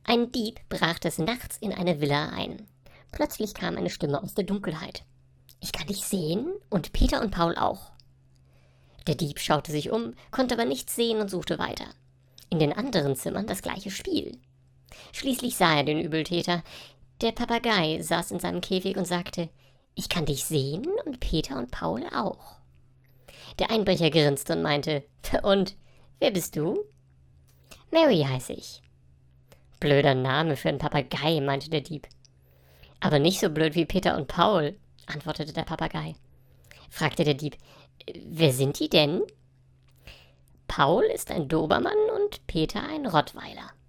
Ein Dieb brach des Nachts in eine Villa ein. Plötzlich kam eine Stimme aus der Dunkelheit. »Ich kann dich sehen und Peter und Paul auch.« Der Dieb schaute sich um, konnte aber nichts sehen und suchte weiter. In den anderen Zimmern das gleiche Spiel. Schließlich sah er den Übeltäter. Der Papagei saß in seinem Käfig und sagte, »Ich kann dich sehen und Peter und Paul auch.« Der Einbrecher grinste und meinte, »Und, wer bist du?« »Mary heiße ich.« »Blöder Name für einen Papagei«, meinte der Dieb. »Aber nicht so blöd wie Peter und Paul«, antwortete der Papagei. Fragte der Dieb, »Wer sind die denn?« »Paul ist ein Dobermann und Peter ein Rottweiler.«